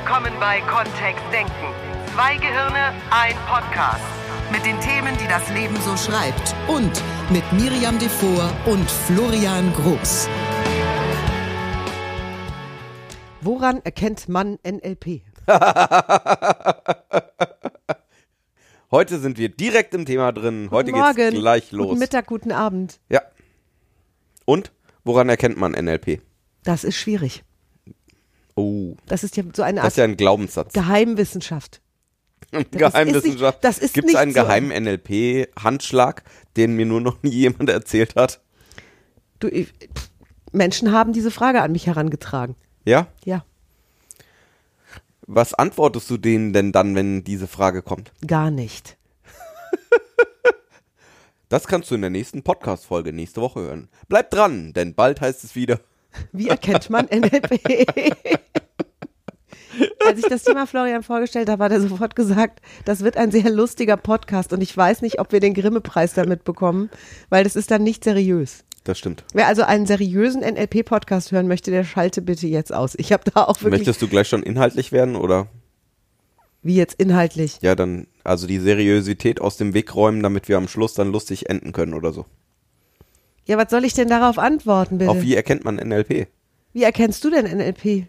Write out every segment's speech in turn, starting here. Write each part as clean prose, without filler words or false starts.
willkommen bei Kontext Denken. 2 Gehirne, ein Podcast. Mit den Themen, die das Leben so schreibt. Und mit Miriam Devor und Florian Groß. Woran erkennt man NLP? Heute sind wir direkt im Thema drin. Heute geht's gleich los. Guten Mittag, guten Abend. Ja. Und? Woran erkennt man NLP? Das ist schwierig. Oh. Das ist ja so eine Das ist ja ein Glaubenssatz. Geheimwissenschaft. Geheimwissenschaft. Gibt es einen so geheimen NLP-Handschlag, den mir nur noch nie jemand erzählt hat? Menschen haben diese Frage an mich herangetragen. Ja? Ja. Was antwortest du denen denn dann, wenn diese Frage kommt? Gar nicht. Das kannst du in der nächsten Podcast-Folge nächste Woche hören. Bleib dran, denn bald heißt es wieder. Wie erkennt man NLP? Als ich das Thema Florian vorgestellt habe, hat er sofort gesagt, das wird ein sehr lustiger Podcast und ich weiß nicht, ob wir den Grimme-Preis damit bekommen, weil das ist dann nicht seriös. Das stimmt. Wer also einen seriösen NLP-Podcast hören möchte, der schalte bitte jetzt aus. Ich habe da auch wirklich... Möchtest du gleich schon inhaltlich werden, oder? Wie jetzt inhaltlich? Ja, dann also die Seriosität aus dem Weg räumen, damit wir am Schluss dann lustig enden können oder so. Ja, was soll ich denn darauf antworten, bitte? Auf wie erkennt man NLP? Wie erkennst du denn NLP?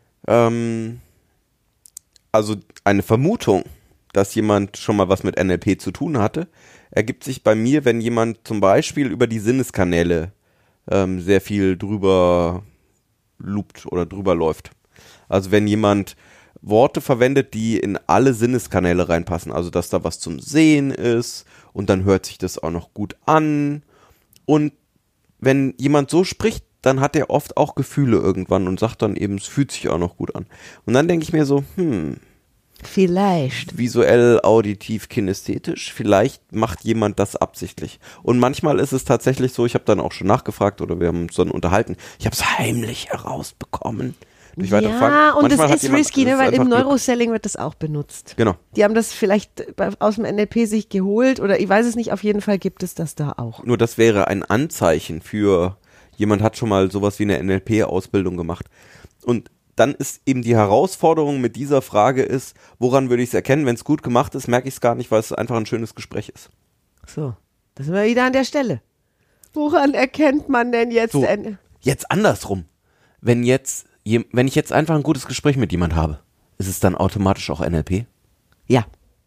Also eine Vermutung, dass jemand schon mal was mit NLP zu tun hatte, ergibt sich bei mir, wenn jemand zum Beispiel über die Sinneskanäle sehr viel drüber loopt oder drüber läuft. Also wenn jemand Worte verwendet, die in alle Sinneskanäle reinpassen, also dass da was zum Sehen ist und dann hört sich das auch noch gut an. Und wenn jemand so spricht, dann hat er oft auch Gefühle irgendwann und sagt dann eben, es fühlt sich auch noch gut an. Und dann denke ich mir so, vielleicht. Visuell, auditiv, kinästhetisch, vielleicht macht jemand das absichtlich. Und manchmal ist es tatsächlich so, ich habe dann auch schon nachgefragt oder wir haben uns dann unterhalten, ich habe es heimlich herausbekommen. Durch weitere Fragen. Ja, und manchmal das ist risky, ne, weil im Glück. Neuroselling wird das auch benutzt. Genau. Die haben das vielleicht aus dem NLP sich geholt oder ich weiß es nicht, auf jeden Fall gibt es das da auch. Nur das wäre ein Anzeichen für, jemand hat schon mal sowas wie eine NLP-Ausbildung gemacht. Und dann ist eben die Herausforderung mit dieser Frage ist, woran würde ich es erkennen? Wenn es gut gemacht ist, merke ich es gar nicht, weil es einfach ein schönes Gespräch ist. So, da sind wir wieder an der Stelle. Woran erkennt man denn jetzt? So, jetzt andersrum. Wenn ich jetzt einfach ein gutes Gespräch mit jemand habe, ist es dann automatisch auch NLP? Ja.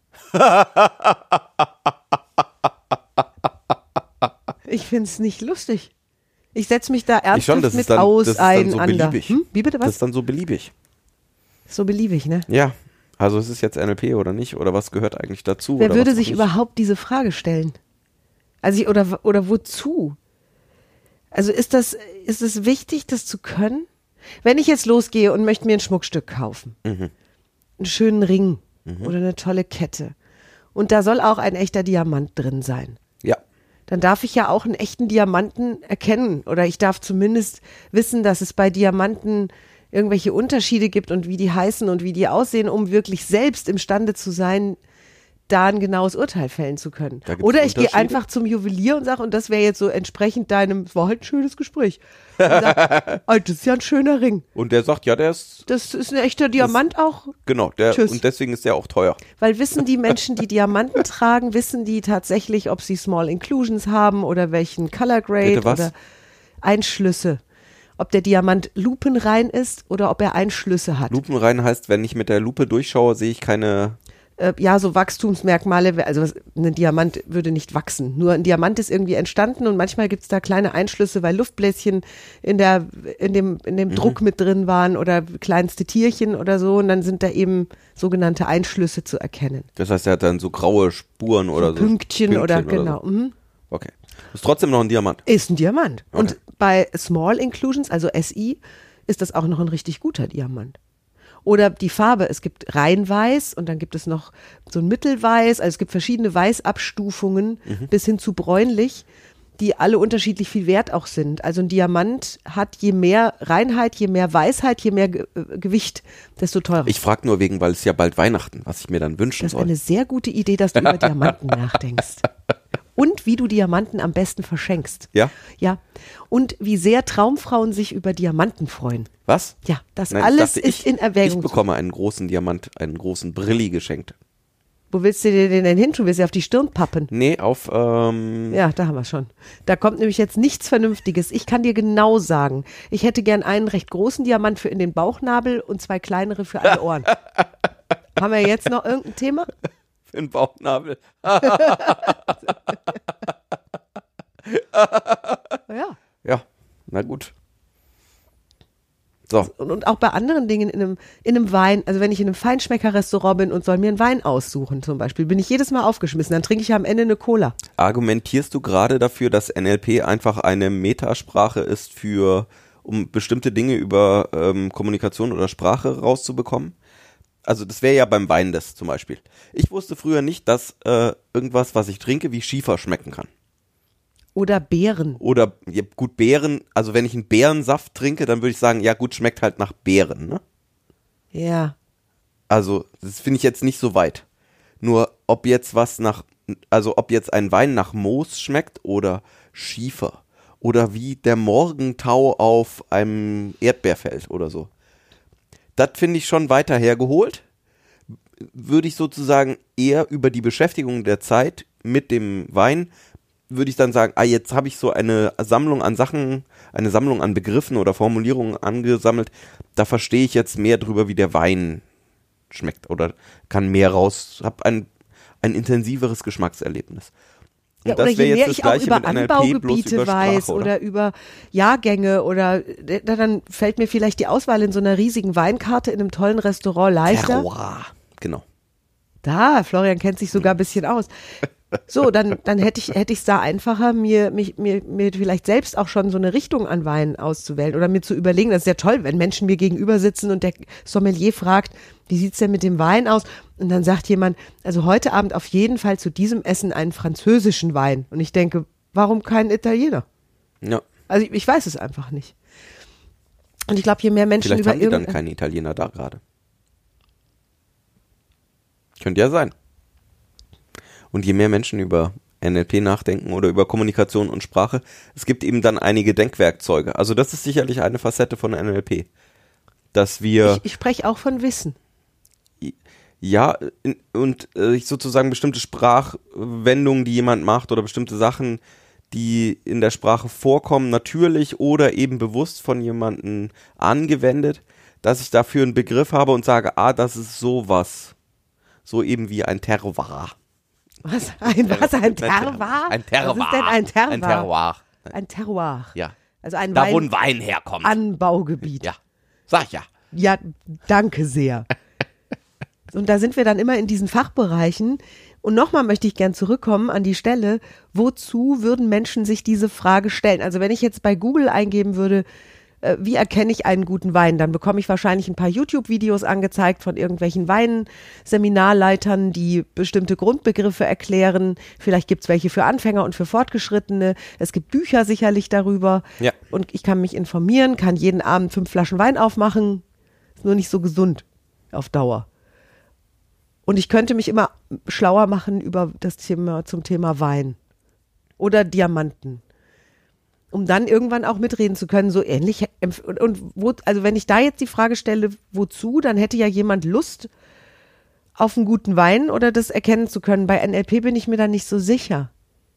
Ich finde es nicht lustig. Ich setze mich da ernsthaft mit auseinander. Wie bitte, was? Das ist dann so beliebig. So beliebig, ne? Ja, also ist es jetzt NLP oder nicht? Oder was gehört eigentlich dazu? Wer oder würde was sich nicht? überhaupt diese Frage stellen? Also oder wozu? Also ist es wichtig, das zu können? Wenn ich jetzt losgehe und möchte mir ein Schmuckstück kaufen, einen schönen Ring oder eine tolle Kette und da soll auch ein echter Diamant drin sein, Ja. dann darf ich ja auch einen echten Diamanten erkennen oder ich darf zumindest wissen, dass es bei Diamanten irgendwelche Unterschiede gibt und wie die heißen und wie die aussehen, um wirklich selbst imstande zu sein, da ein genaues Urteil fällen zu können. Oder ich gehe einfach zum Juwelier und sage, und das wäre jetzt so entsprechend deinem, es war halt ein schönes Gespräch. Und sag, oh, das ist ja ein schöner Ring. Und der sagt, ja, das ist ein echter Diamant auch. Genau, Tschüss. Und deswegen ist der auch teuer. Weil wissen die Menschen, die Diamanten tragen, wissen die tatsächlich, ob sie Small Inclusions haben oder welchen Color Grade Bitte was? oder Einschlüsse. Ob der Diamant lupenrein ist oder ob er Einschlüsse hat. Lupenrein heißt, wenn ich mit der Lupe durchschaue, sehe ich keine... Ja, so Wachstumsmerkmale, also ein Diamant würde nicht wachsen. Nur ein Diamant ist irgendwie entstanden und manchmal gibt es da kleine Einschlüsse, weil Luftbläschen in dem Druck mit drin waren oder kleinste Tierchen oder so und dann sind da eben sogenannte Einschlüsse zu erkennen. Das heißt, er hat dann so graue Spuren oder so. Pünktchen oder genau. So. Okay. Ist trotzdem noch ein Diamant. Ist ein Diamant. Okay. Und bei Small Inclusions, also SI, ist das auch noch ein richtig guter Diamant. Oder die Farbe, es gibt Reinweiß und dann gibt es noch so ein Mittelweiß, also es gibt verschiedene Weißabstufungen bis hin zu bräunlich, die alle unterschiedlich viel wert auch sind. Also ein Diamant hat je mehr Reinheit, je mehr Weißheit, je mehr Gewicht, desto teurer. Ich frage nur wegen, weil es ja bald Weihnachten, was ich mir dann wünschen Das ist soll. eine sehr gute Idee, dass du über Diamanten nachdenkst. Und wie du Diamanten am besten verschenkst. Ja? Ja. Und wie sehr Traumfrauen sich über Diamanten freuen. Was? Ja, das Nein, alles ich dachte, ist in Erwägung. Ich bekomme einen großen Diamant, einen großen Brilli geschenkt. Wo willst du dir den denn hin tun? Willst du auf die Stirn pappen? Nee, auf, Ja, da haben wir schon. Da kommt nämlich jetzt nichts Vernünftiges. Ich kann dir genau sagen, ich hätte gern einen recht großen Diamant für in den Bauchnabel und 2 kleinere für alle Ohren. Haben wir jetzt noch irgendein Thema? für den Bauchnabel. Ja. Ja, na gut. So. Und auch bei anderen Dingen in einem Wein, also wenn ich in einem Feinschmecker-Restaurant bin und soll mir einen Wein aussuchen zum Beispiel, bin ich jedes Mal aufgeschmissen, dann trinke ich am Ende eine Cola. Argumentierst du gerade dafür, dass NLP einfach eine Metasprache ist um bestimmte Dinge über Kommunikation oder Sprache rauszubekommen? Also das wäre ja beim Wein das zum Beispiel. Ich wusste früher nicht, dass irgendwas, was ich trinke, wie Schiefer schmecken kann. Oder Beeren. Oder, ja, gut, Beeren, also wenn ich einen Beerensaft trinke, dann würde ich sagen, ja gut, schmeckt halt nach Beeren, ne? Ja. Also, das finde ich jetzt nicht so weit. Nur, ob jetzt ob jetzt ein Wein nach Moos schmeckt oder Schiefer oder wie der Morgentau auf einem Erdbeerfeld oder so. Das finde ich schon weiter hergeholt. Würde ich sozusagen eher über die Beschäftigung der Zeit mit dem Wein würde ich dann sagen, jetzt habe ich so eine Sammlung an Sachen, eine Sammlung an Begriffen oder Formulierungen angesammelt, da verstehe ich jetzt mehr drüber, wie der Wein schmeckt oder kann mehr raus, habe ein intensiveres Geschmackserlebnis. Und Ja, oder je mehr ich auch über mit NLP, Anbaugebiete bloß über weiß Sprache, oder über Jahrgänge oder dann fällt mir vielleicht die Auswahl in so einer riesigen Weinkarte in einem tollen Restaurant leichter. Terroir, genau. Da, Florian kennt sich sogar ein bisschen aus. So, dann hätte ich es da einfacher, mir vielleicht selbst auch schon so eine Richtung an Wein auszuwählen oder mir zu überlegen. Das ist ja toll, wenn Menschen mir gegenüber sitzen und der Sommelier fragt, wie sieht's denn mit dem Wein aus? Und dann sagt jemand, also heute Abend auf jeden Fall zu diesem Essen einen französischen Wein. Und ich denke, warum keinen Italiener? Ja. Also ich weiß es einfach nicht. Und ich glaube, je mehr Menschen Vielleicht über haben die dann keinen Italiener da gerade. Könnte ja sein. Und je mehr Menschen über NLP nachdenken oder über Kommunikation und Sprache, es gibt eben dann einige Denkwerkzeuge. Also das ist sicherlich eine Facette von NLP. Dass wir... Ich spreche auch von Wissen. Ja, und sozusagen bestimmte Sprachwendungen, die jemand macht oder bestimmte Sachen, die in der Sprache vorkommen, natürlich oder eben bewusst von jemandem angewendet, dass ich dafür einen Begriff habe und sage, das ist sowas. So eben wie ein Terroir. Was? Ein Terroir? Ein Terroir. Was ist denn ein Terroir? Ein Terroir. Ein Terroir. Ja. Also ein Da, wo ein Wein herkommt. Anbaugebiet. Ja. Sag ich ja. Ja, danke sehr. Und da sind wir dann immer in diesen Fachbereichen. Und nochmal möchte ich gern zurückkommen an die Stelle, wozu würden Menschen sich diese Frage stellen? Also wenn ich jetzt bei Google eingeben würde, wie erkenne ich einen guten Wein, dann bekomme ich wahrscheinlich ein paar YouTube-Videos angezeigt von irgendwelchen Weinseminarleitern, die bestimmte Grundbegriffe erklären. Vielleicht gibt es welche für Anfänger und für Fortgeschrittene. Es gibt Bücher sicherlich darüber. Ja. Und ich kann mich informieren, kann jeden Abend 5 Flaschen Wein aufmachen. Ist nur nicht so gesund auf Dauer. Und ich könnte mich immer schlauer machen über das Thema zum Thema Wein oder Diamanten, um dann irgendwann auch mitreden zu können, so ähnlich. Also wenn ich da jetzt die Frage stelle, wozu, dann hätte ja jemand Lust auf einen guten Wein oder das erkennen zu können. Bei NLP bin ich mir da nicht so sicher.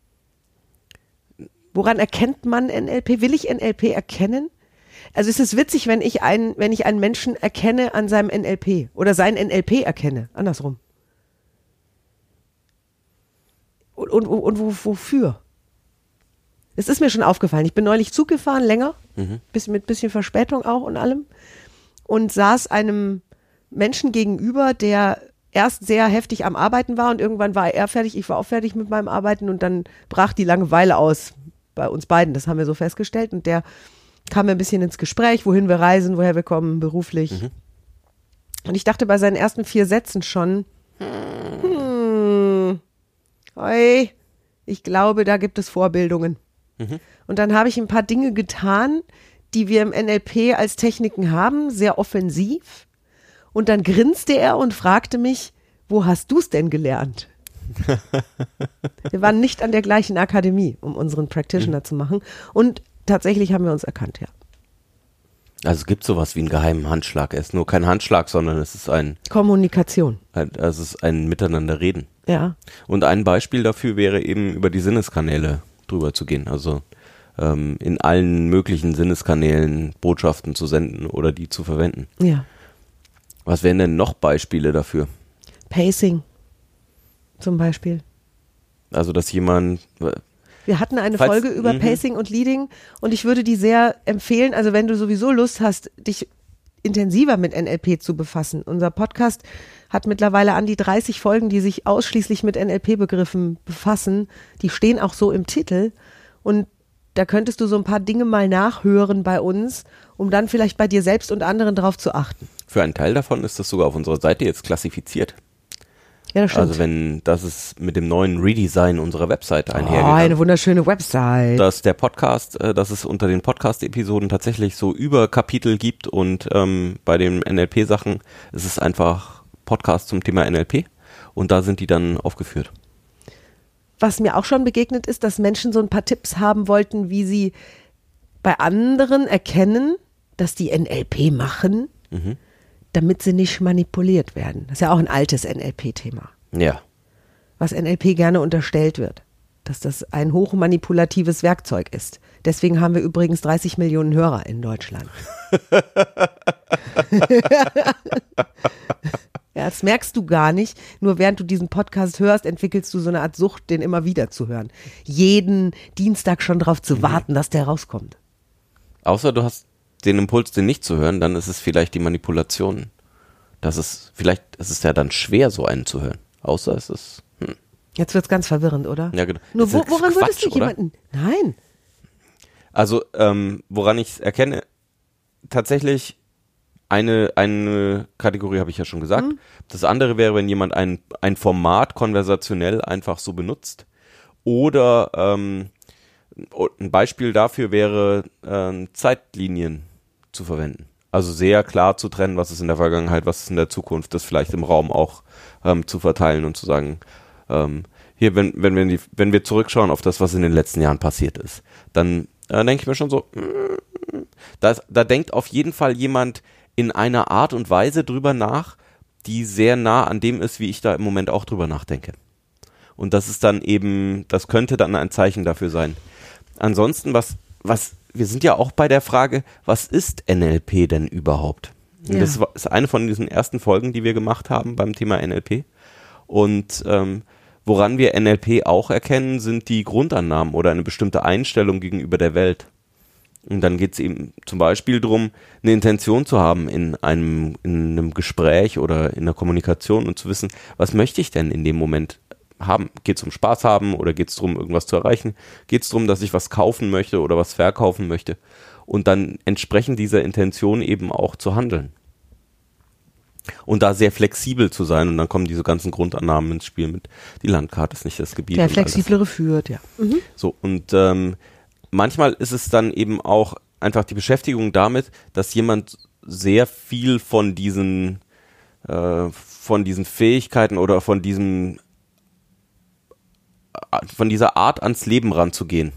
Woran erkennt man NLP? Will ich NLP erkennen? Also es ist witzig, wenn ich einen Menschen erkenne an seinem NLP oder sein NLP erkenne, andersrum. Und wofür? Es ist mir schon aufgefallen. Ich bin neulich Zug gefahren, länger, mit bisschen Verspätung auch und allem, und saß einem Menschen gegenüber, der erst sehr heftig am Arbeiten war und irgendwann war er fertig, ich war auch fertig mit meinem Arbeiten und dann brach die Langeweile aus bei uns beiden. Das haben wir so festgestellt und der kam mir ein bisschen ins Gespräch, wohin wir reisen, woher wir kommen, beruflich. Und ich dachte bei seinen ersten 4 Sätzen schon, ich glaube, da gibt es Vorbildungen. Und dann habe ich ein paar Dinge getan, die wir im NLP als Techniken haben, sehr offensiv. Und dann grinste er und fragte mich, wo hast du es denn gelernt? Wir waren nicht an der gleichen Akademie, um unseren Practitioner zu machen. Und tatsächlich haben wir uns erkannt, ja. Also es gibt sowas wie einen geheimen Handschlag. Er ist nur kein Handschlag, sondern es ist Kommunikation. Es ist ein Miteinanderreden. Ja. Und ein Beispiel dafür wäre eben über die Sinneskanäle drüber zu gehen. Also in allen möglichen Sinneskanälen Botschaften zu senden oder die zu verwenden. Ja. Was wären denn noch Beispiele dafür? Pacing zum Beispiel. Also dass jemand... Wir hatten eine Folge über Pacing und Leading und ich würde die sehr empfehlen, also wenn du sowieso Lust hast, dich intensiver mit NLP zu befassen. Unser Podcast hat mittlerweile an die 30 Folgen, die sich ausschließlich mit NLP-Begriffen befassen. Die stehen auch so im Titel und da könntest du so ein paar Dinge mal nachhören bei uns, um dann vielleicht bei dir selbst und anderen drauf zu achten. Für einen Teil davon ist das sogar auf unserer Seite jetzt klassifiziert. Ja, das stimmt. Also wenn das ist mit dem neuen Redesign unserer Webseite einhergegangen. Oh, eine wunderschöne Website. Dass der Podcast, dass es unter den Podcast-Episoden tatsächlich so Überkapitel gibt und bei den NLP-Sachen ist es einfach Podcast zum Thema NLP und da sind die dann aufgeführt. Was mir auch schon begegnet ist, dass Menschen so ein paar Tipps haben wollten, wie sie bei anderen erkennen, dass die NLP machen, damit sie nicht manipuliert werden. Das ist ja auch ein altes NLP-Thema. Ja. Was NLP gerne unterstellt wird, dass das ein hochmanipulatives Werkzeug ist. Deswegen haben wir übrigens 30 Millionen Hörer in Deutschland. Ja, das merkst du gar nicht. Nur während du diesen Podcast hörst, entwickelst du so eine Art Sucht, den immer wieder zu hören. Jeden Dienstag schon drauf zu warten, dass der rauskommt. Außer du hast den Impuls, den nicht zu hören, dann ist es vielleicht die Manipulation. Vielleicht ist es ja dann schwer, so einen zu hören. Außer es ist... Jetzt wird's ganz verwirrend, oder? Ja, genau. Nur woran Quatsch, würdest du oder? jemanden... Nein. Also, woran ich es erkenne, tatsächlich eine Kategorie habe ich ja schon gesagt. Das andere wäre, wenn jemand ein Format konversationell einfach so benutzt. Oder ein Beispiel dafür wäre, Zeitlinien zu verwenden. Also sehr klar zu trennen, was ist in der Vergangenheit, was ist in der Zukunft, das vielleicht im Raum auch zu verteilen und zu sagen, hier, wenn wir zurückschauen auf das, was in den letzten Jahren passiert ist, dann denke ich mir schon so, da denkt auf jeden Fall jemand in einer Art und Weise drüber nach, die sehr nah an dem ist, wie ich da im Moment auch drüber nachdenke. Und das ist dann eben, das könnte dann ein Zeichen dafür sein. Ansonsten, wir sind ja auch bei der Frage, was ist NLP denn überhaupt? Ja. Das ist eine von diesen ersten Folgen, die wir gemacht haben beim Thema NLP. Und woran wir NLP auch erkennen, sind die Grundannahmen oder eine bestimmte Einstellung gegenüber der Welt. Und dann geht es eben zum Beispiel darum, eine Intention zu haben in einem Gespräch oder in einer Kommunikation und zu wissen, was möchte ich denn in dem Moment haben? Geht es um Spaß haben oder geht es darum, irgendwas zu erreichen? Geht es darum, dass ich was kaufen möchte oder was verkaufen möchte? Und dann entsprechend dieser Intention eben auch zu handeln. Und da sehr flexibel zu sein und dann kommen diese ganzen Grundannahmen ins Spiel mit, die Landkarte ist nicht das Gebiet. Der flexiblere führt, ja. So, und manchmal ist es dann eben auch einfach die Beschäftigung damit, dass jemand sehr viel von diesen Fähigkeiten oder von dieser Art ans Leben ranzugehen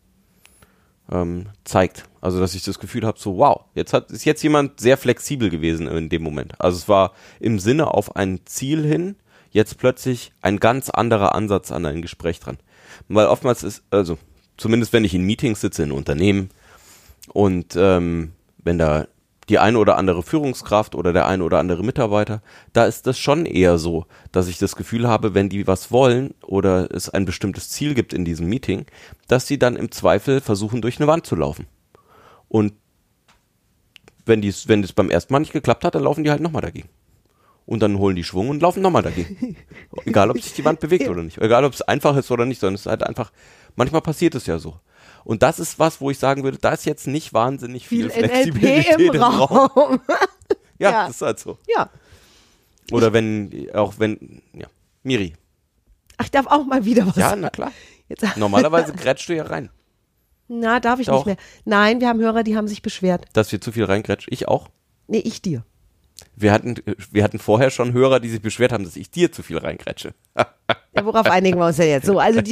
zeigt. Also, dass ich das Gefühl habe, so wow, ist jetzt jemand sehr flexibel gewesen in dem Moment. Also es war im Sinne auf ein Ziel hin, jetzt plötzlich ein ganz anderer Ansatz an ein Gespräch dran. Weil oftmals ist, also zumindest wenn ich in Meetings sitze in Unternehmen und wenn da die eine oder andere Führungskraft oder der eine oder andere Mitarbeiter, da ist das schon eher so, dass ich das Gefühl habe, wenn die was wollen oder es ein bestimmtes Ziel gibt in diesem Meeting, dass sie dann im Zweifel versuchen, durch eine Wand zu laufen. Und wenn das beim ersten Mal nicht geklappt hat, dann laufen die halt nochmal dagegen. Und dann holen die Schwung und laufen nochmal dagegen. Egal, ob sich die Wand bewegt oder nicht. Egal, ob es einfach ist oder nicht, sondern es ist halt einfach, manchmal passiert es ja so. Und das ist was, wo ich sagen würde, da ist jetzt nicht wahnsinnig viel Flexibilität NLP im Raum. Ja, das ist halt so. Ja. Oder Miri. Ach, ich darf auch mal wieder was Ja, sagen. na klar. Jetzt. Normalerweise grätschst du ja rein. Na, darf ich Doch. nicht mehr. Nein, wir haben Hörer, die haben sich beschwert. Dass wir zu viel reingrätschen. Ich auch. Nee, ich dir. Wir hatten vorher schon Hörer, die sich beschwert haben, dass ich dir zu viel reingrätsche. Ja, worauf einigen wir uns denn jetzt? So, also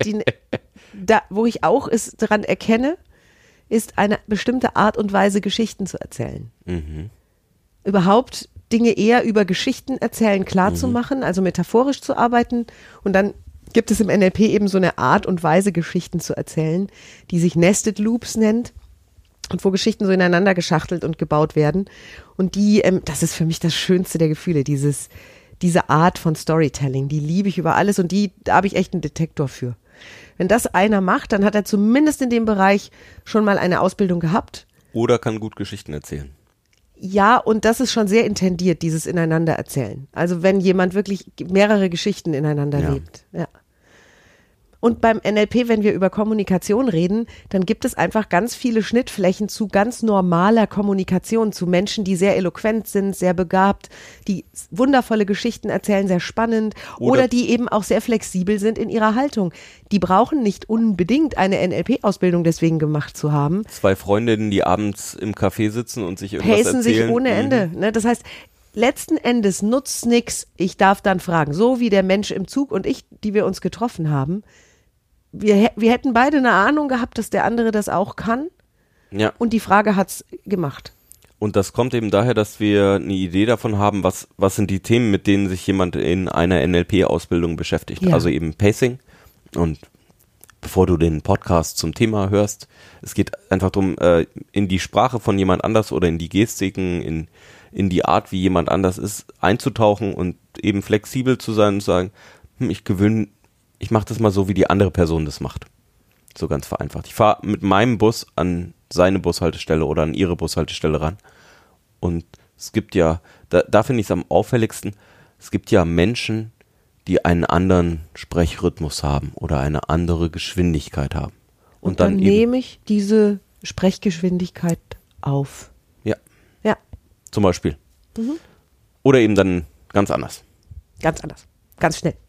wo ich auch daran erkenne, ist eine bestimmte Art und Weise, Geschichten zu erzählen. Mhm. Überhaupt Dinge eher über Geschichten erzählen klar zu machen, also metaphorisch zu arbeiten. Und dann gibt es im NLP eben so eine Art und Weise, Geschichten zu erzählen, die sich Nested Loops nennt und wo Geschichten so ineinander geschachtelt und gebaut werden. Und das ist für mich das Schönste der Gefühle, diese Art von Storytelling, die liebe ich über alles und da habe ich echt einen Detektor für. Wenn das einer macht, dann hat er zumindest in dem Bereich schon mal eine Ausbildung gehabt. Oder kann gut Geschichten erzählen. Ja, und das ist schon sehr intendiert, dieses Ineinander-Erzählen. Also wenn jemand wirklich mehrere Geschichten ineinander lebt. Ja. Und beim NLP, wenn wir über Kommunikation reden, dann gibt es einfach ganz viele Schnittflächen zu ganz normaler Kommunikation, zu Menschen, die sehr eloquent sind, sehr begabt, die wundervolle Geschichten erzählen, sehr spannend oder die eben auch sehr flexibel sind in ihrer Haltung. Die brauchen nicht unbedingt eine NLP-Ausbildung deswegen gemacht zu haben. 2 Freundinnen, die abends im Café sitzen und sich irgendwas pacen erzählen. Sich ohne Ende. Ne? Das heißt, letzten Endes nutzt nichts, ich darf dann fragen. So wie der Mensch im Zug und ich, die wir uns getroffen haben. Wir hätten beide eine Ahnung gehabt, dass der andere das auch kann. Ja. Und die Frage hat's gemacht. Und das kommt eben daher, dass wir eine Idee davon haben, was sind die Themen, mit denen sich jemand in einer NLP-Ausbildung beschäftigt. Ja. Also eben Pacing. Und bevor du den Podcast zum Thema hörst, es geht einfach darum, in die Sprache von jemand anders oder in die Gestiken, in die Art, wie jemand anders ist, einzutauchen und eben flexibel zu sein und zu sagen, ich mache das mal so, wie die andere Person das macht. So ganz vereinfacht. Ich fahre mit meinem Bus an seine Bushaltestelle oder an ihre Bushaltestelle ran. Und es gibt ja, da finde ich es am auffälligsten, es gibt ja Menschen, die einen anderen Sprechrhythmus haben oder eine andere Geschwindigkeit haben. Und dann nehme ich diese Sprechgeschwindigkeit auf. Ja. Ja. Zum Beispiel. Mhm. Oder eben dann ganz anders. Ganz anders. Ganz schnell.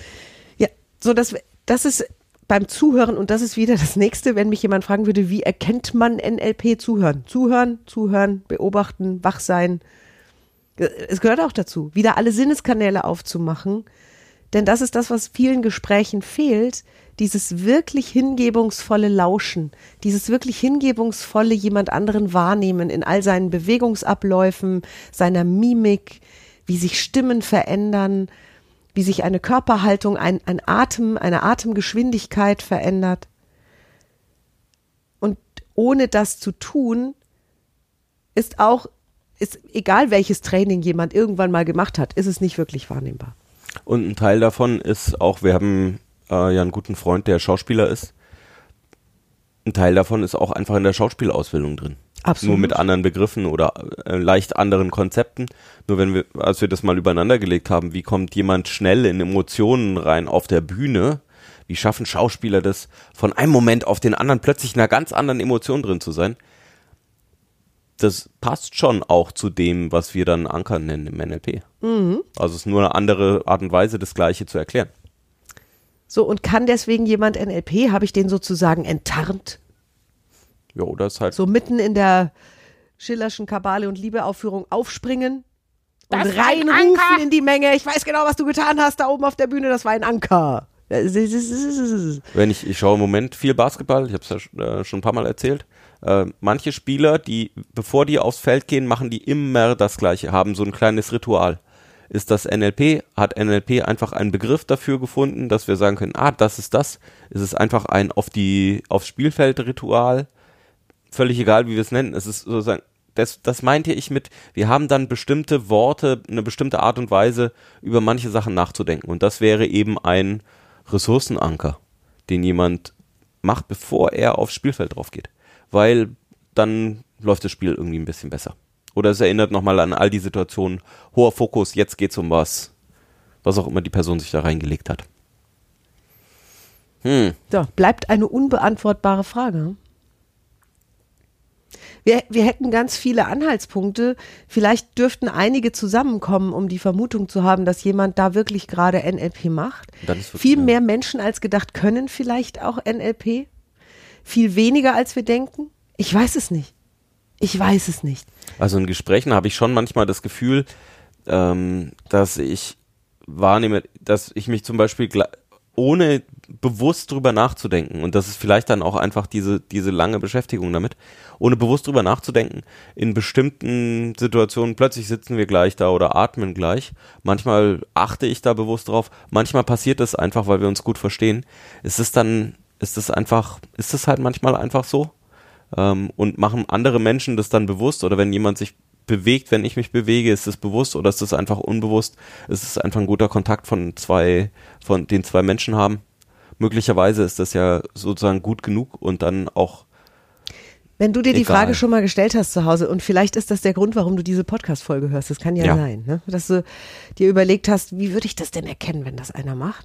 So, das ist beim Zuhören und das ist wieder das Nächste, wenn mich jemand fragen würde, wie erkennt man NLP? Zuhören, beobachten, wach sein. Es gehört auch dazu, wieder alle Sinneskanäle aufzumachen, denn das ist das, was vielen Gesprächen fehlt, dieses wirklich hingebungsvolle Lauschen, dieses wirklich hingebungsvolle jemand anderen wahrnehmen in all seinen Bewegungsabläufen, seiner Mimik, wie sich Stimmen verändern, wie sich eine Körperhaltung, ein Atem, eine Atemgeschwindigkeit verändert. Und ohne das zu tun, ist egal welches Training jemand irgendwann mal gemacht hat, ist es nicht wirklich wahrnehmbar. Und ein Teil davon ist auch, wir haben ja einen guten Freund, der Schauspieler ist. Ein Teil davon ist auch einfach in der Schauspielausbildung drin. Absolut. Nur mit anderen Begriffen oder leicht anderen Konzepten. Nur als wir das mal übereinander gelegt haben, wie kommt jemand schnell in Emotionen rein auf der Bühne? Wie schaffen Schauspieler das, von einem Moment auf den anderen plötzlich in einer ganz anderen Emotion drin zu sein? Das passt schon auch zu dem, was wir dann Anker nennen im NLP. Mhm. Also es ist nur eine andere Art und Weise, das Gleiche zu erklären. So, und kann deswegen jemand NLP, habe ich den sozusagen enttarnt? Ja, oder ist halt so mitten in der Schillerschen Kabale- und Liebe-Aufführung aufspringen und reinrufen in die Menge. Ich weiß genau, was du getan hast da oben auf der Bühne, das war ein Anker. Ich schaue im Moment viel Basketball, ich habe es ja schon ein paar Mal erzählt. Manche Spieler, bevor die aufs Feld gehen, machen die immer das Gleiche, haben so ein kleines Ritual. Hat NLP einfach einen Begriff dafür gefunden, dass wir sagen können, das ist das. Es ist einfach ein aufs Spielfeld-Ritual. Völlig egal, wie wir es nennen. Es ist sozusagen, das meinte ich mit, wir haben dann bestimmte Worte, eine bestimmte Art und Weise, über manche Sachen nachzudenken. Und das wäre eben ein Ressourcenanker, den jemand macht, bevor er aufs Spielfeld drauf geht. Weil dann läuft das Spiel irgendwie ein bisschen besser. Oder es erinnert nochmal an all die Situationen, hoher Fokus, jetzt geht's um was auch immer die Person sich da reingelegt hat. So, bleibt eine unbeantwortbare Frage. Wir hätten ganz viele Anhaltspunkte. Vielleicht dürften einige zusammenkommen, um die Vermutung zu haben, dass jemand da wirklich gerade NLP macht. Viel mehr Menschen als gedacht können vielleicht auch NLP. Viel weniger als wir denken. Ich weiß es nicht. Ich weiß es nicht. Also in Gesprächen habe ich schon manchmal das Gefühl, dass ich wahrnehme, dass ich mich zum Beispiel ohne bewusst drüber nachzudenken, und das ist vielleicht dann auch einfach diese lange Beschäftigung damit, ohne bewusst drüber nachzudenken, in bestimmten Situationen, plötzlich sitzen wir gleich da oder atmen gleich, manchmal achte ich da bewusst drauf, manchmal passiert das einfach, weil wir uns gut verstehen, ist das halt manchmal einfach so, und machen andere Menschen das dann bewusst, oder wenn jemand sich bewegt, wenn ich mich bewege, ist es bewusst oder ist es einfach unbewusst? Ist es einfach ein guter Kontakt von den zwei Menschen haben? Möglicherweise ist das ja sozusagen gut genug und dann auch wenn du dir die egal. Frage schon mal gestellt hast zu Hause, und vielleicht ist das der Grund, warum du diese Podcast-Folge hörst, das kann ja sein, ne? Dass du dir überlegt hast, wie würde ich das denn erkennen, wenn das einer macht?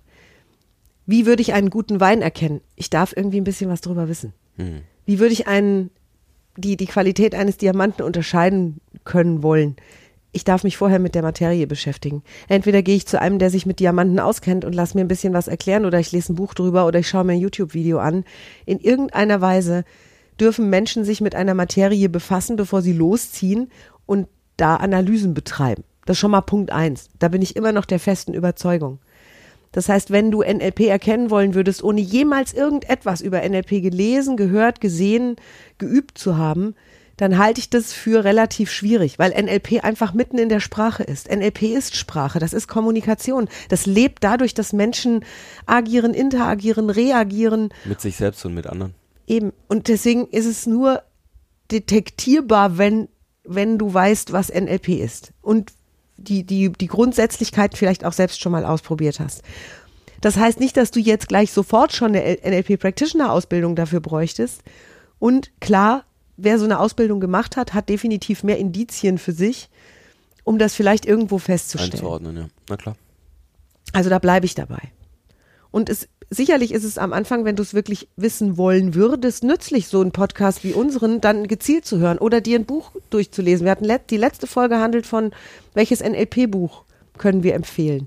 Wie würde ich einen guten Wein erkennen? Ich darf irgendwie ein bisschen was drüber wissen. Wie würde ich die Qualität eines Diamanten unterscheiden können wollen? Ich darf mich vorher mit der Materie beschäftigen. Entweder gehe ich zu einem, der sich mit Diamanten auskennt und lass mir ein bisschen was erklären, oder ich lese ein Buch drüber oder ich schaue mir ein YouTube-Video an. In irgendeiner Weise dürfen Menschen sich mit einer Materie befassen, bevor sie losziehen und da Analysen betreiben. Das ist schon mal Punkt 1. Da bin ich immer noch der festen Überzeugung. Das heißt, wenn du NLP erkennen wollen würdest, ohne jemals irgendetwas über NLP gelesen, gehört, gesehen, geübt zu haben, dann halte ich das für relativ schwierig, weil NLP einfach mitten in der Sprache ist. NLP ist Sprache, das ist Kommunikation. Das lebt dadurch, dass Menschen agieren, interagieren, reagieren. Mit sich selbst und mit anderen. Eben. Und deswegen ist es nur detektierbar, wenn du weißt, was NLP ist. Und die Grundsätzlichkeit vielleicht auch selbst schon mal ausprobiert hast. Das heißt nicht, dass du jetzt gleich sofort schon eine NLP-Practitioner-Ausbildung dafür bräuchtest. Und klar, wer so eine Ausbildung gemacht hat, hat definitiv mehr Indizien für sich, um das vielleicht irgendwo festzustellen. Einzuordnen, ja. Na klar. Also da bleibe ich dabei. Und sicherlich ist es am Anfang, wenn du es wirklich wissen wollen würdest, nützlich, so einen Podcast wie unseren dann gezielt zu hören oder dir ein Buch durchzulesen. Wir hatten die letzte Folge handelt von, welches NLP-Buch können wir empfehlen.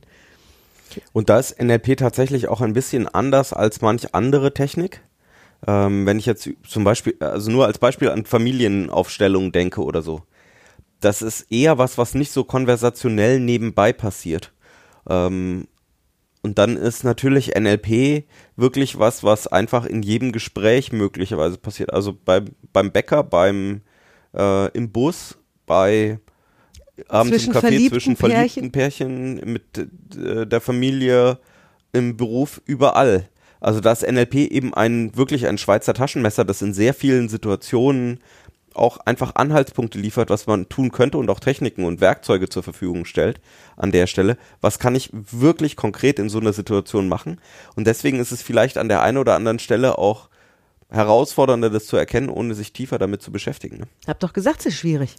Und da ist NLP tatsächlich auch ein bisschen anders als manch andere Technik. Wenn ich jetzt zum Beispiel, also nur als Beispiel an Familienaufstellungen denke oder so. Das ist eher was nicht so konversationell nebenbei passiert. Und dann ist natürlich NLP wirklich was einfach in jedem Gespräch möglicherweise passiert. Also beim Bäcker, im Bus, abends im Café zwischen verliebten Pärchen, mit der Familie, im Beruf, überall. Also da ist NLP eben wirklich ein Schweizer Taschenmesser, das in sehr vielen Situationen auch einfach Anhaltspunkte liefert, was man tun könnte und auch Techniken und Werkzeuge zur Verfügung stellt an der Stelle. Was kann ich wirklich konkret in so einer Situation machen? Und deswegen ist es vielleicht an der einen oder anderen Stelle auch herausfordernder, das zu erkennen, ohne sich tiefer damit zu beschäftigen. Ne? Hab doch gesagt, es ist schwierig.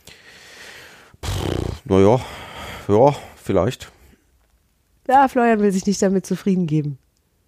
Naja, ja, vielleicht. Ja, Florian will sich nicht damit zufrieden geben.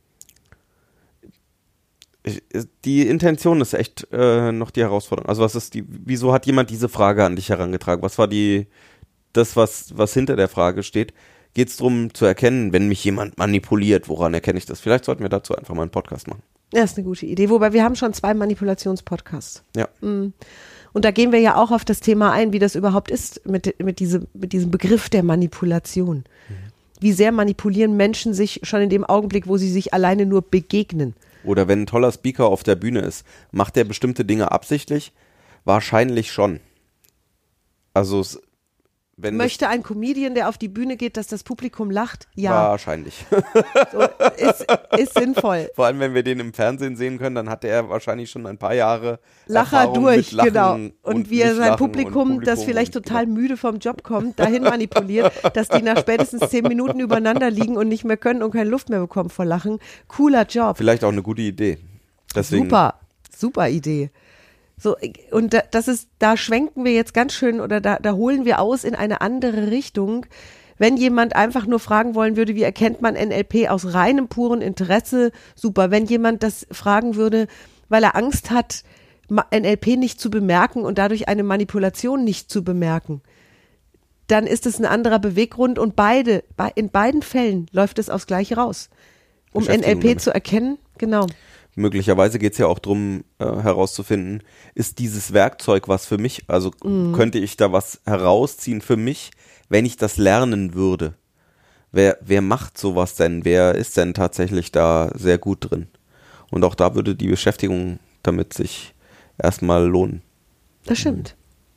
Die Intention ist echt noch die Herausforderung. Also wieso hat jemand diese Frage an dich herangetragen? Was war was hinter der Frage steht? Geht es darum zu erkennen, wenn mich jemand manipuliert, woran erkenne ich das? Vielleicht sollten wir dazu einfach mal einen Podcast machen. Das ist eine gute Idee, wobei wir haben schon 2 Manipulationspodcasts. Ja. Und da gehen wir ja auch auf das Thema ein, wie das überhaupt ist mit diesem Begriff der Manipulation. Wie sehr manipulieren Menschen sich schon in dem Augenblick, wo sie sich alleine nur begegnen. Oder wenn ein toller Speaker auf der Bühne ist, macht der bestimmte Dinge absichtlich? Wahrscheinlich schon. Also möchte ein Comedian, der auf die Bühne geht, dass das Publikum lacht? Ja. Wahrscheinlich. So, ist sinnvoll. Vor allem, wenn wir den im Fernsehen sehen können, dann hat er wahrscheinlich schon ein paar Jahre Lacher Erfahrung durch, mit Lachen genau. Und wie er sein Publikum, das vielleicht total müde vom Job kommt, dahin manipuliert, dass die nach spätestens 10 Minuten übereinander liegen und nicht mehr können und keine Luft mehr bekommen vor Lachen. Cooler Job. Vielleicht auch eine gute Idee. Deswegen, super Idee. So, und da schwenken wir jetzt ganz schön oder da holen wir aus in eine andere Richtung. Wenn jemand einfach nur fragen wollen würde, wie erkennt man NLP aus reinem, puren Interesse, super. Wenn jemand das fragen würde, weil er Angst hat, NLP nicht zu bemerken und dadurch eine Manipulation nicht zu bemerken, dann ist es ein anderer Beweggrund und in beiden Fällen läuft es aufs Gleiche raus. Um NLP zu erkennen, genau. möglicherweise geht es ja auch darum, herauszufinden, ist dieses Werkzeug was für mich? Also könnte ich da was herausziehen für mich, wenn ich das lernen würde? Wer macht sowas denn? Wer ist denn tatsächlich da sehr gut drin? Und auch da würde die Beschäftigung damit sich erstmal lohnen. Das stimmt.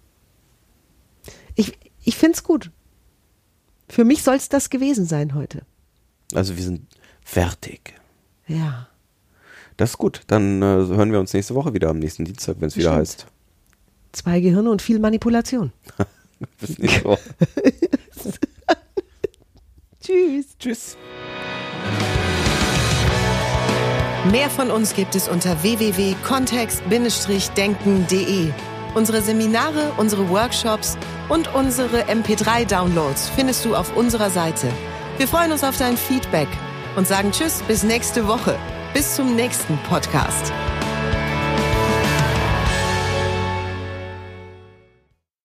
Ich finde es gut. Für mich soll es das gewesen sein heute. Also wir sind fertig. Ja. Das ist gut. Dann hören wir uns nächste Woche wieder am nächsten Dienstag, wenn es wieder heißt. 2 Gehirne und viel Manipulation. Bis nächste Woche. Tschüss. Tschüss. Mehr von uns gibt es unter www.kontext-denken.de. Unsere Seminare, unsere Workshops und unsere MP3-Downloads findest du auf unserer Seite. Wir freuen uns auf dein Feedback und sagen Tschüss bis nächste Woche. Bis zum nächsten Podcast.